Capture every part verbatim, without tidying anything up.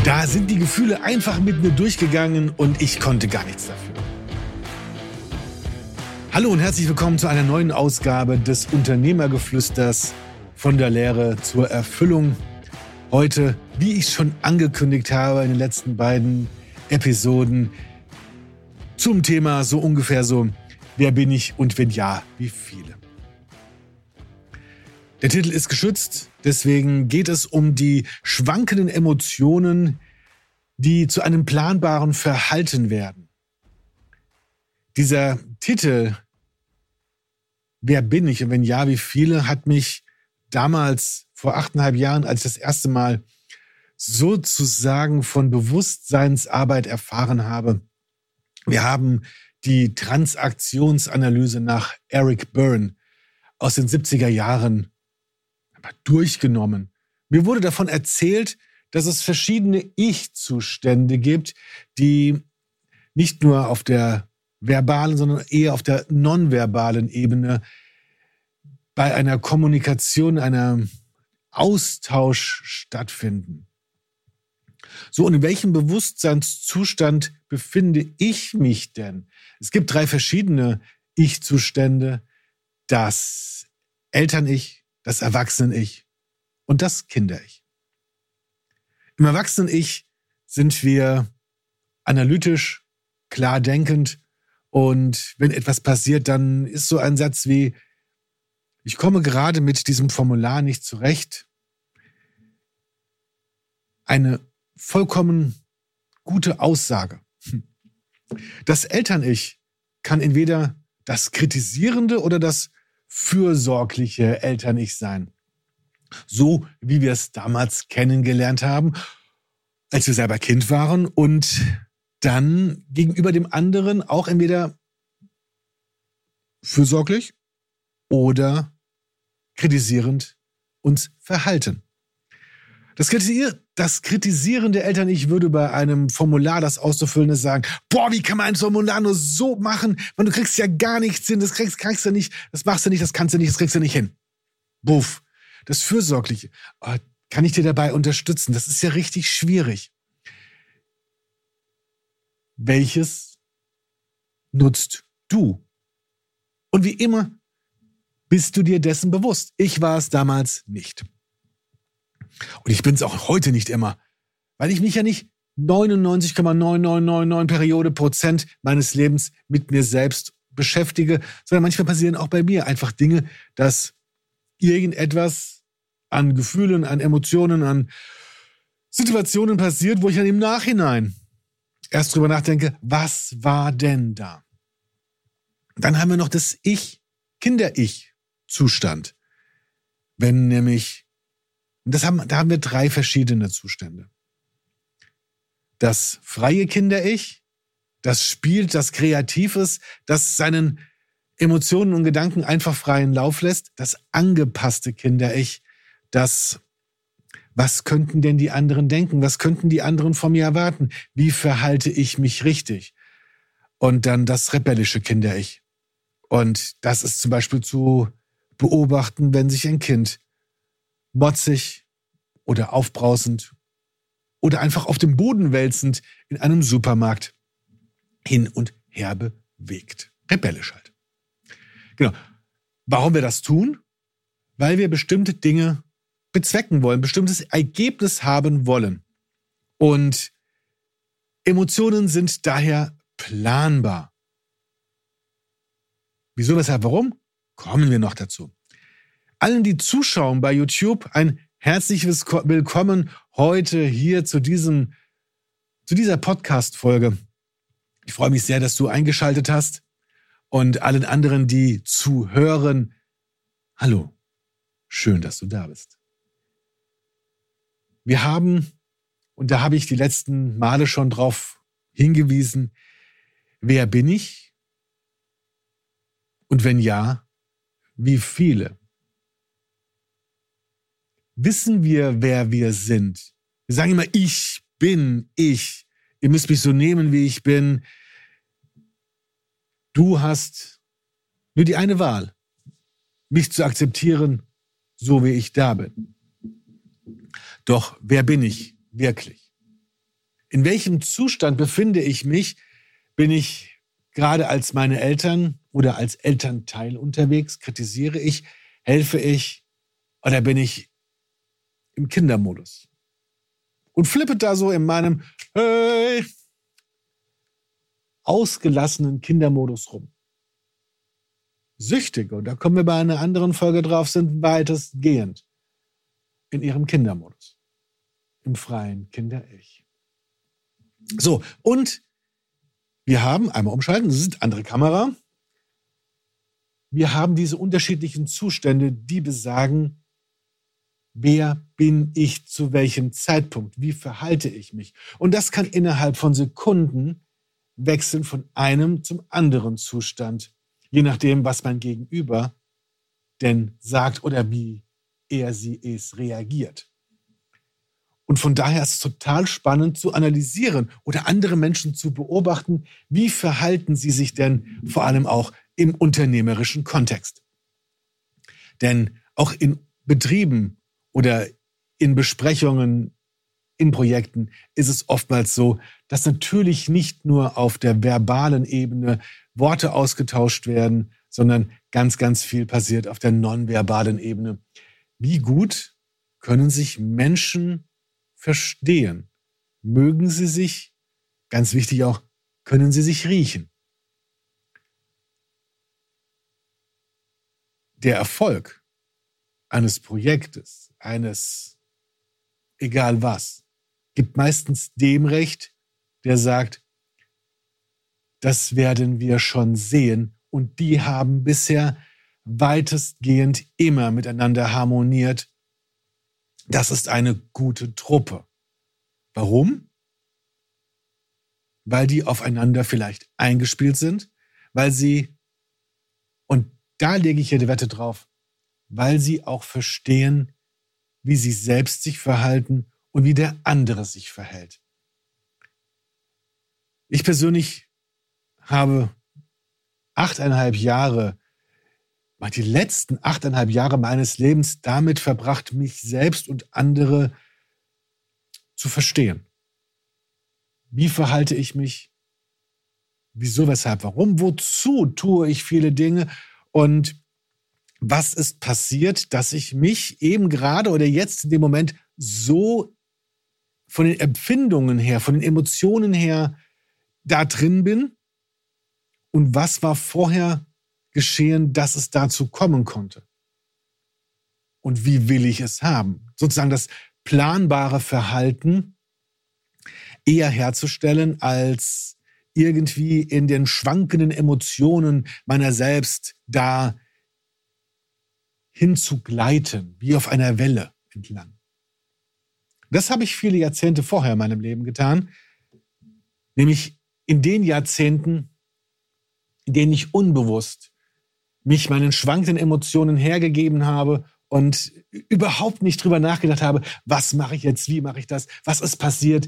Da sind die Gefühle einfach mit mir durchgegangen und ich konnte gar nichts dafür. Hallo und herzlich willkommen zu einer neuen Ausgabe des Unternehmergeflüsters von der Lehre zur Erfüllung. Heute, wie ich schon angekündigt habe in den letzten beiden Episoden, zum Thema so ungefähr so, wer bin ich und wenn ja, wie viele? Der Titel ist geschützt, deswegen geht es um die schwankenden Emotionen, die zu einem planbaren Verhalten werden. Dieser Titel, wer bin ich und wenn ja, wie viele, hat mich damals vor achteinhalb Jahren, als ich das erste Mal sozusagen von Bewusstseinsarbeit erfahren habe. Wir haben die Transaktionsanalyse nach Eric Berne aus den siebziger Jahren durchgenommen. Mir wurde davon erzählt, dass es verschiedene Ich-Zustände gibt, die nicht nur auf der verbalen, sondern eher auf der nonverbalen Ebene bei einer Kommunikation, einem Austausch stattfinden. So, und in welchem Bewusstseinszustand befinde ich mich denn? Es gibt drei verschiedene Ich-Zustände. Das Eltern-Ich, das Erwachsenen-Ich und das Kinder-Ich. Im Erwachsenen-Ich sind wir analytisch, klar denkend und wenn etwas passiert, dann ist so ein Satz wie: Ich komme gerade mit diesem Formular nicht zurecht. Eine vollkommen gute Aussage. Das Eltern-Ich kann entweder das kritisierende oder das fürsorgliche Eltern-Ich sein. So wie wir es damals kennengelernt haben, als wir selber Kind waren und dann gegenüber dem anderen auch entweder fürsorglich oder kritisierend uns verhalten. Das, Kritisier- das kritisierende Eltern-Ich würde bei einem Formular, das auszufüllen ist, sagen: Boah, wie kann man ein Formular nur so machen? Man, du kriegst ja gar nichts hin, das kriegst, kriegst du nicht, das machst du nicht, das kannst du nicht, das kriegst du nicht hin. Buff. Das Fürsorgliche. Oh, kann ich dir dabei unterstützen? Das ist ja richtig schwierig. Welches nutzt du? Und wie immer bist du dir dessen bewusst. Ich war es damals nicht. Und ich bin es auch heute nicht immer, weil ich mich ja nicht neunundneunzig Komma neun neun neun neun Periode Prozent meines Lebens mit mir selbst beschäftige, sondern manchmal passieren auch bei mir einfach Dinge, dass irgendetwas an Gefühlen, an Emotionen, an Situationen passiert, wo ich dann im Nachhinein erst drüber nachdenke, was war denn da? Dann haben wir noch das Ich, Kinder-Ich-Zustand. Wenn nämlich Und das haben, da haben wir drei verschiedene Zustände. Das freie Kinder-Ich, das spielt, das kreativ ist, das seinen Emotionen und Gedanken einfach freien Lauf lässt. Das angepasste Kinder-Ich, das, was könnten denn die anderen denken? Was könnten die anderen von mir erwarten? Wie verhalte ich mich richtig? Und dann das rebellische Kinder-Ich. Und das ist zum Beispiel zu beobachten, wenn sich ein Kind motzig oder aufbrausend oder einfach auf dem Boden wälzend in einem Supermarkt hin und her bewegt. Rebellisch halt. Genau. Warum wir das tun? Weil wir bestimmte Dinge bezwecken wollen, bestimmtes Ergebnis haben wollen. Und Emotionen sind daher planbar. Wieso, weshalb, warum? Kommen wir noch dazu. Allen, die zuschauen bei YouTube, ein herzliches Willkommen heute hier zu diesem, zu dieser Podcast-Folge. Ich freue mich sehr, dass du eingeschaltet hast und allen anderen, die zuhören. Hallo, schön, dass du da bist. Wir haben, und da habe ich die letzten Male schon drauf hingewiesen, wer bin ich? Und wenn ja, wie viele? Wissen wir, wer wir sind? Wir sagen immer, ich bin ich. Ihr müsst mich so nehmen, wie ich bin. Du hast nur die eine Wahl, mich zu akzeptieren, so wie ich da bin. Doch wer bin ich wirklich? In welchem Zustand befinde ich mich? Bin ich gerade als meine Eltern oder als Elternteil unterwegs? Kritisiere ich? Helfe ich? Oder bin ich im Kindermodus? Und flippe da so in meinem hey, ausgelassenen Kindermodus rum. Süchtige, und da kommen wir bei einer anderen Folge drauf, sind weitestgehend in ihrem Kindermodus. Im freien Kinder-Ich. So, und wir haben, einmal umschalten, das ist andere Kamera. Wir haben diese unterschiedlichen Zustände, die besagen, wer bin ich zu welchem Zeitpunkt? Wie verhalte ich mich? Und das kann innerhalb von Sekunden wechseln von einem zum anderen Zustand, je nachdem, was mein Gegenüber denn sagt oder wie er sie es reagiert. Und von daher ist es total spannend zu analysieren oder andere Menschen zu beobachten, wie verhalten sie sich denn vor allem auch im unternehmerischen Kontext. Denn auch in Betrieben oder in Besprechungen, in Projekten ist es oftmals so, dass natürlich nicht nur auf der verbalen Ebene Worte ausgetauscht werden, sondern ganz, ganz viel passiert auf der nonverbalen Ebene. Wie gut können sich Menschen verstehen? Mögen sie sich, ganz wichtig auch, können sie sich riechen? Der Erfolg eines Projektes, eines egal was, gibt meistens dem Recht, der sagt, das werden wir schon sehen. Und die haben bisher weitestgehend immer miteinander harmoniert. Das ist eine gute Truppe. Warum? Weil die aufeinander vielleicht eingespielt sind, weil sie, und da lege ich hier die Wette drauf, weil sie auch verstehen, wie sie selbst sich verhalten und wie der andere sich verhält. Ich persönlich habe achteinhalb Jahre, die letzten achteinhalb Jahre meines Lebens damit verbracht, mich selbst und andere zu verstehen. Wie verhalte ich mich? Wieso, weshalb, warum? Wozu tue ich viele Dinge? Und was ist passiert, dass ich mich eben gerade oder jetzt in dem Moment so von den Empfindungen her, von den Emotionen her da drin bin? Und was war vorher geschehen, dass es dazu kommen konnte? Und wie will ich es haben? Sozusagen das planbare Verhalten eher herzustellen, als irgendwie in den schwankenden Emotionen meiner selbst da hinzugleiten, wie auf einer Welle entlang. Das habe ich viele Jahrzehnte vorher in meinem Leben getan, nämlich in den Jahrzehnten, in denen ich unbewusst mich meinen schwankenden Emotionen hergegeben habe und überhaupt nicht drüber nachgedacht habe, was mache ich jetzt, wie mache ich das, was ist passiert,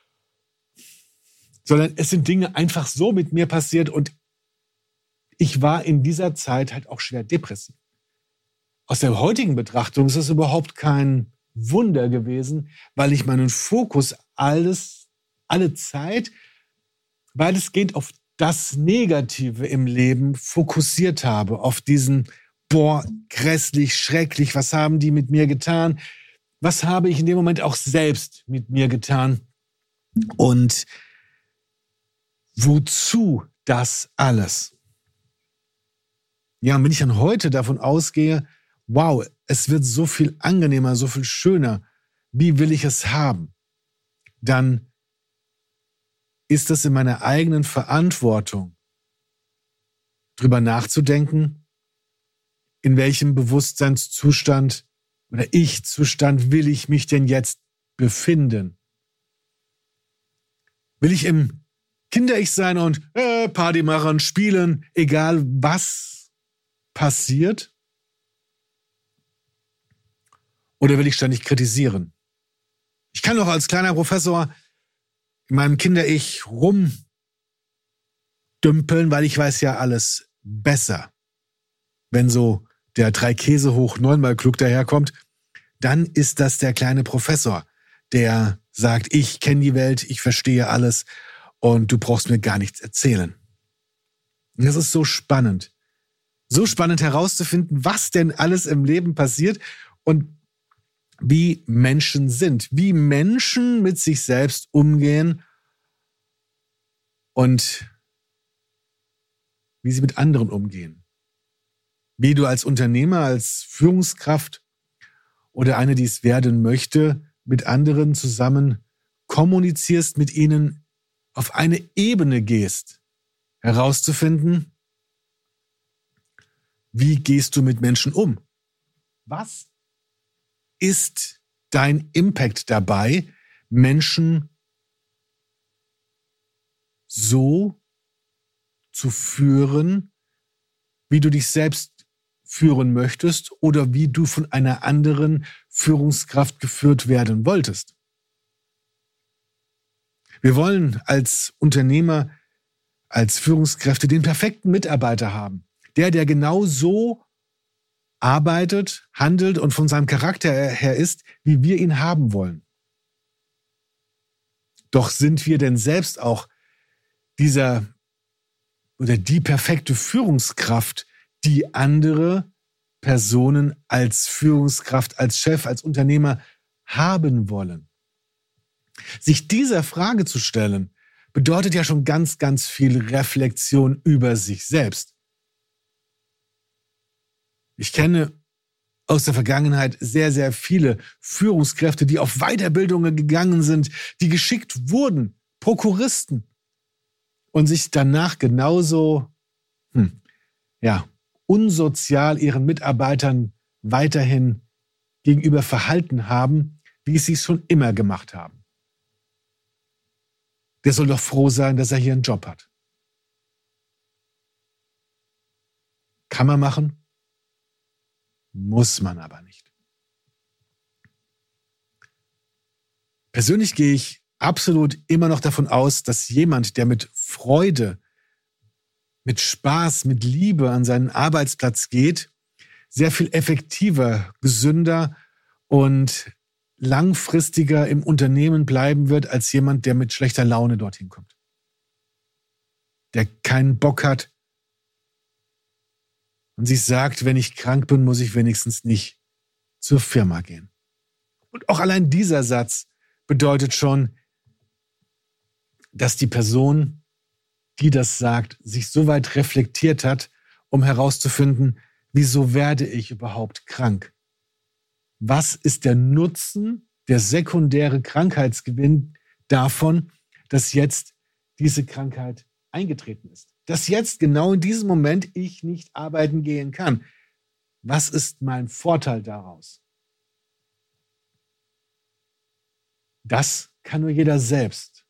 sondern es sind Dinge einfach so mit mir passiert und ich war in dieser Zeit halt auch schwer depressiv. Aus der heutigen Betrachtung ist es überhaupt kein Wunder gewesen, weil ich meinen Fokus alles, alle Zeit weitestgehend auf das Negative im Leben fokussiert habe, auf diesen, boah, grässlich, schrecklich, was haben die mit mir getan? Was habe ich in dem Moment auch selbst mit mir getan? Und wozu das alles? Ja, und wenn ich dann heute davon ausgehe, wow, es wird so viel angenehmer, so viel schöner, wie will ich es haben? Dann ist es in meiner eigenen Verantwortung, drüber nachzudenken, in welchem Bewusstseinszustand oder Ich-Zustand will ich mich denn jetzt befinden? Will ich im Kinder-Ich sein und äh, Party machen, spielen, egal was passiert? Oder will ich ständig kritisieren? Ich kann doch als kleiner Professor in meinem Kinder-Ich rumdümpeln, weil ich weiß ja alles besser. Wenn so der drei Käse hoch neunmal klug daherkommt, dann ist das der kleine Professor, der sagt, ich kenne die Welt, ich verstehe alles und du brauchst mir gar nichts erzählen. Und das ist so spannend. So spannend herauszufinden, was denn alles im Leben passiert und wie Menschen sind, wie Menschen mit sich selbst umgehen und wie sie mit anderen umgehen. Wie du als Unternehmer, als Führungskraft oder eine, die es werden möchte, mit anderen zusammen kommunizierst, mit ihnen auf eine Ebene gehst, herauszufinden, wie gehst du mit Menschen um? Was ist dein Impact dabei, Menschen so zu führen, wie du dich selbst führen möchtest oder wie du von einer anderen Führungskraft geführt werden wolltest? Wir wollen als Unternehmer, als Führungskräfte den perfekten Mitarbeiter haben. Der, der genau so arbeitet, handelt und von seinem Charakter her ist, wie wir ihn haben wollen. Doch sind wir denn selbst auch dieser oder die perfekte Führungskraft, die andere Personen als Führungskraft, als Chef, als Unternehmer haben wollen? Sich dieser Frage zu stellen, bedeutet ja schon ganz, ganz viel Reflexion über sich selbst. Ich kenne aus der Vergangenheit sehr, sehr viele Führungskräfte, die auf Weiterbildungen gegangen sind, die geschickt wurden, Prokuristen, und sich danach genauso hm, ja, unsozial ihren Mitarbeitern weiterhin gegenüber verhalten haben, wie sie es schon immer gemacht haben. Der soll doch froh sein, dass er hier einen Job hat. Kann man machen? Muss man aber nicht. Persönlich gehe ich absolut immer noch davon aus, dass jemand, der mit Freude, mit Spaß, mit Liebe an seinen Arbeitsplatz geht, sehr viel effektiver, gesünder und langfristiger im Unternehmen bleiben wird, als jemand, der mit schlechter Laune dorthin kommt. Der keinen Bock hat und sich sagt, wenn ich krank bin, muss ich wenigstens nicht zur Firma gehen. Und auch allein dieser Satz bedeutet schon, dass die Person, die das sagt, sich so weit reflektiert hat, um herauszufinden, wieso werde ich überhaupt krank? Was ist der Nutzen, der sekundäre Krankheitsgewinn davon, dass jetzt diese Krankheit eingetreten ist? Dass jetzt genau in diesem Moment ich nicht arbeiten gehen kann. Was ist mein Vorteil daraus? Das kann nur jeder selbst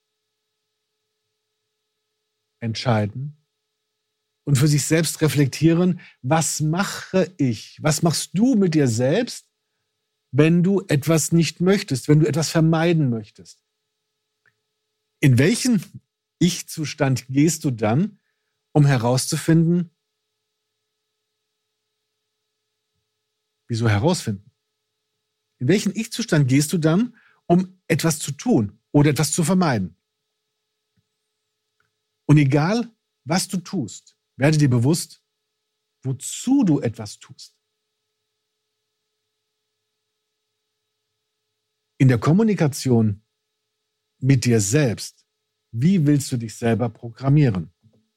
entscheiden und für sich selbst reflektieren, was mache ich? Was machst du mit dir selbst, wenn du etwas nicht möchtest, wenn du etwas vermeiden möchtest? In welchen Ich-Zustand gehst du dann, um herauszufinden, wieso herausfinden? In welchen Ich-Zustand gehst du dann, um etwas zu tun oder etwas zu vermeiden? Und egal, was du tust, werde dir bewusst, wozu du etwas tust. In der Kommunikation mit dir selbst, wie willst du dich selber programmieren?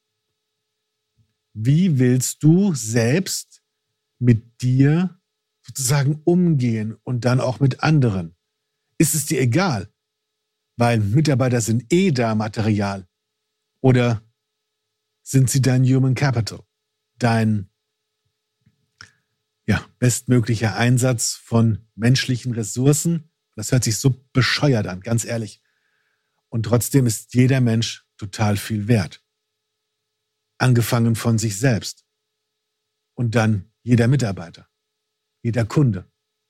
Wie willst du selbst mit dir sozusagen umgehen und dann auch mit anderen? Ist es dir egal? Weil Mitarbeiter sind eh da Material. Oder sind sie dein Human Capital? Dein ja, bestmöglicher Einsatz von menschlichen Ressourcen? Das hört sich so bescheuert an, ganz ehrlich. Und trotzdem ist jeder Mensch total viel wert. Angefangen von sich selbst. Und dann jeder Mitarbeiter, jeder Kunde.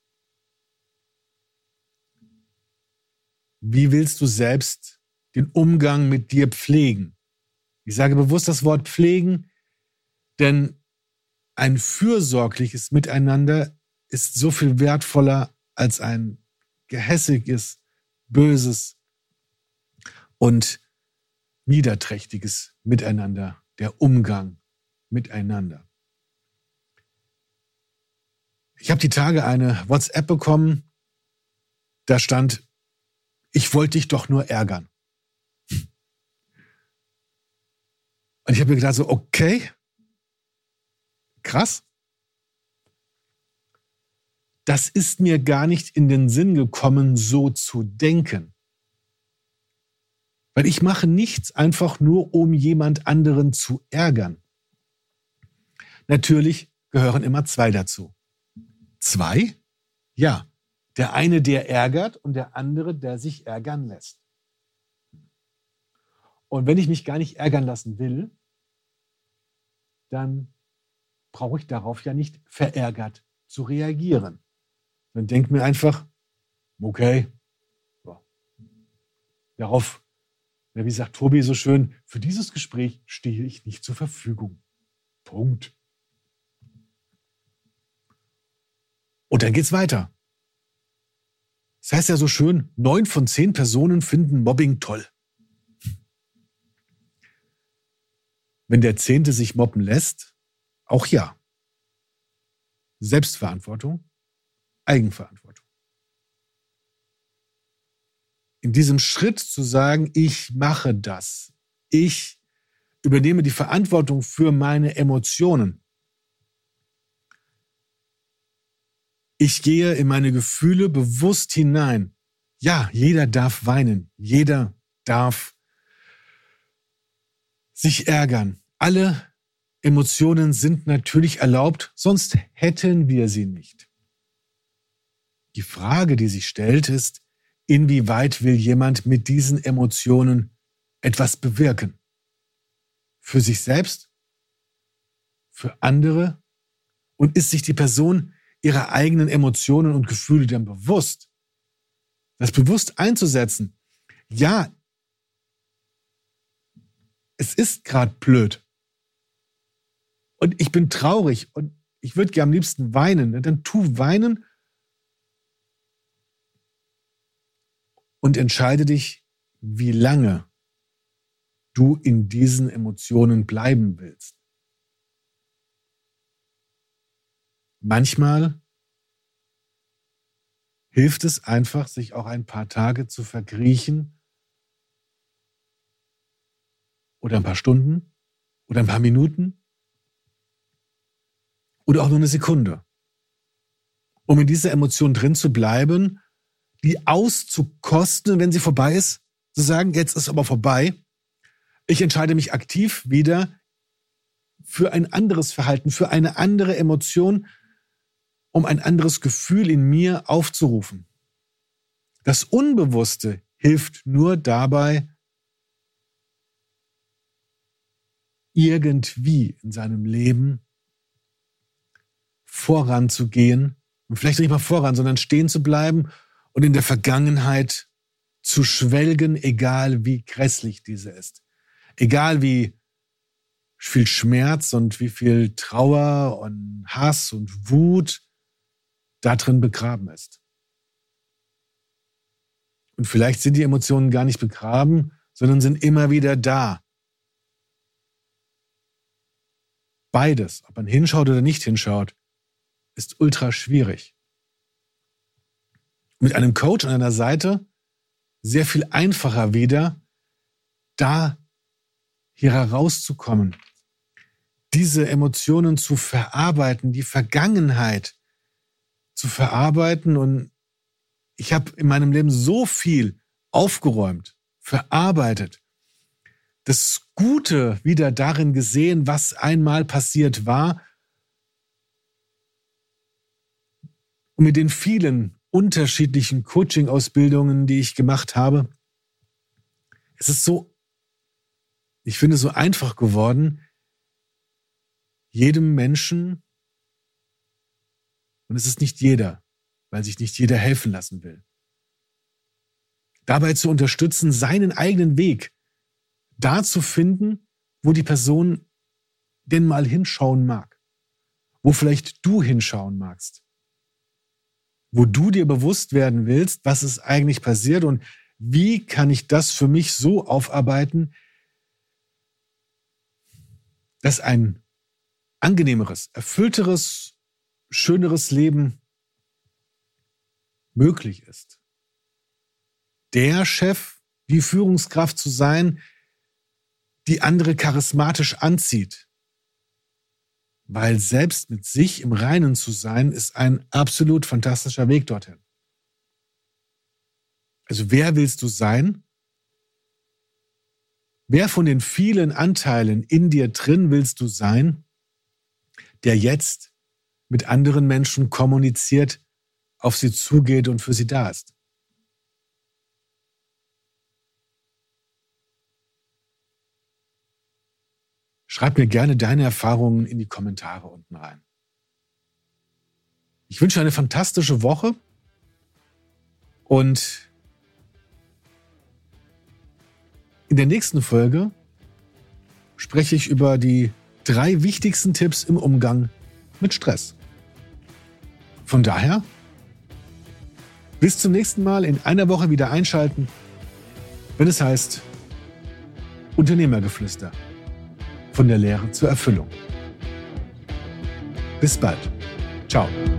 Wie willst du selbst den Umgang mit dir pflegen? Ich sage bewusst das Wort pflegen, denn ein fürsorgliches Miteinander ist so viel wertvoller als ein gehässiges, böses und niederträchtiges Miteinander, der Umgang miteinander. Ich habe die Tage eine WhatsApp bekommen, da stand, ich wollte dich doch nur ärgern. Und ich habe mir gedacht so, okay, krass. Das ist mir gar nicht in den Sinn gekommen, so zu denken. Weil ich mache nichts einfach nur, um jemand anderen zu ärgern. Natürlich gehören immer zwei dazu. Zwei? Ja. Der eine, der ärgert und der andere, der sich ärgern lässt. Und wenn ich mich gar nicht ärgern lassen will, dann brauche ich darauf ja nicht verärgert zu reagieren. Dann denkt mir einfach, okay, ja. Darauf, ja, wie sagt Tobi so schön, für dieses Gespräch stehe ich nicht zur Verfügung. Punkt. Und dann geht's weiter. Das heißt ja so schön, neun von zehn Personen finden Mobbing toll. Wenn der Zehnte sich mobben lässt, auch ja. Selbstverantwortung, Eigenverantwortung. In diesem Schritt zu sagen, ich mache das, ich übernehme die Verantwortung für meine Emotionen. Ich gehe in meine Gefühle bewusst hinein. Ja, jeder darf weinen, jeder darf sich ärgern. Alle Emotionen sind natürlich erlaubt, sonst hätten wir sie nicht. Die Frage, die sich stellt, ist, inwieweit will jemand mit diesen Emotionen etwas bewirken? Für sich selbst? Für andere? Und ist sich die Person ihrer eigenen Emotionen und Gefühle denn bewusst? Das bewusst einzusetzen. Ja, es ist gerade blöd. Und ich bin traurig und ich würde gerne am liebsten weinen. Dann tu weinen und entscheide dich, wie lange du in diesen Emotionen bleiben willst. Manchmal hilft es einfach, sich auch ein paar Tage zu verkriechen oder ein paar Stunden oder ein paar Minuten oder auch nur eine Sekunde, um in dieser Emotion drin zu bleiben, die auszukosten, wenn sie vorbei ist, zu sagen, jetzt ist aber vorbei. Ich entscheide mich aktiv wieder für ein anderes Verhalten, für eine andere Emotion, um ein anderes Gefühl in mir aufzurufen. Das Unbewusste hilft nur dabei, irgendwie in seinem Leben voranzugehen und vielleicht nicht mal voran, sondern stehen zu bleiben und in der Vergangenheit zu schwelgen, egal wie grässlich diese ist. Egal wie viel Schmerz und wie viel Trauer und Hass und Wut da drin begraben ist. Und vielleicht sind die Emotionen gar nicht begraben, sondern sind immer wieder da. Beides, ob man hinschaut oder nicht hinschaut, ist ultra schwierig. Mit einem Coach an einer Seite sehr viel einfacher wieder, da hier herauszukommen, diese Emotionen zu verarbeiten, die Vergangenheit zu verarbeiten. Und ich habe in meinem Leben so viel aufgeräumt, verarbeitet, das Gute wieder darin gesehen, was einmal passiert war. Und mit den vielen unterschiedlichen Coaching-Ausbildungen, die ich gemacht habe, es ist so, ich finde, so einfach geworden, jedem Menschen, und es ist nicht jeder, weil sich nicht jeder helfen lassen will, dabei zu unterstützen, seinen eigenen Weg da zu finden, wo die Person denn mal hinschauen mag, wo vielleicht du hinschauen magst, wo du dir bewusst werden willst, was ist eigentlich passiert und Wie kann ich das für mich so aufarbeiten, dass ein angenehmeres, erfüllteres, schöneres Leben möglich ist? Der Chef, die Führungskraft zu sein, die andere charismatisch anzieht. Weil selbst mit sich im Reinen zu sein, ist ein absolut fantastischer Weg dorthin. Also wer willst du sein? Wer von den vielen Anteilen in dir drin willst du sein, der jetzt mit anderen Menschen kommuniziert, auf sie zugeht und für sie da ist? Schreib mir gerne deine Erfahrungen in die Kommentare unten rein. Ich wünsche eine fantastische Woche und in der nächsten Folge spreche ich über die drei wichtigsten Tipps im Umgang mit Stress. Von daher, bis zum nächsten Mal, in einer Woche wieder einschalten, wenn es heißt Unternehmergeflüster. Von der Lehre zur Erfüllung. Bis bald. Ciao.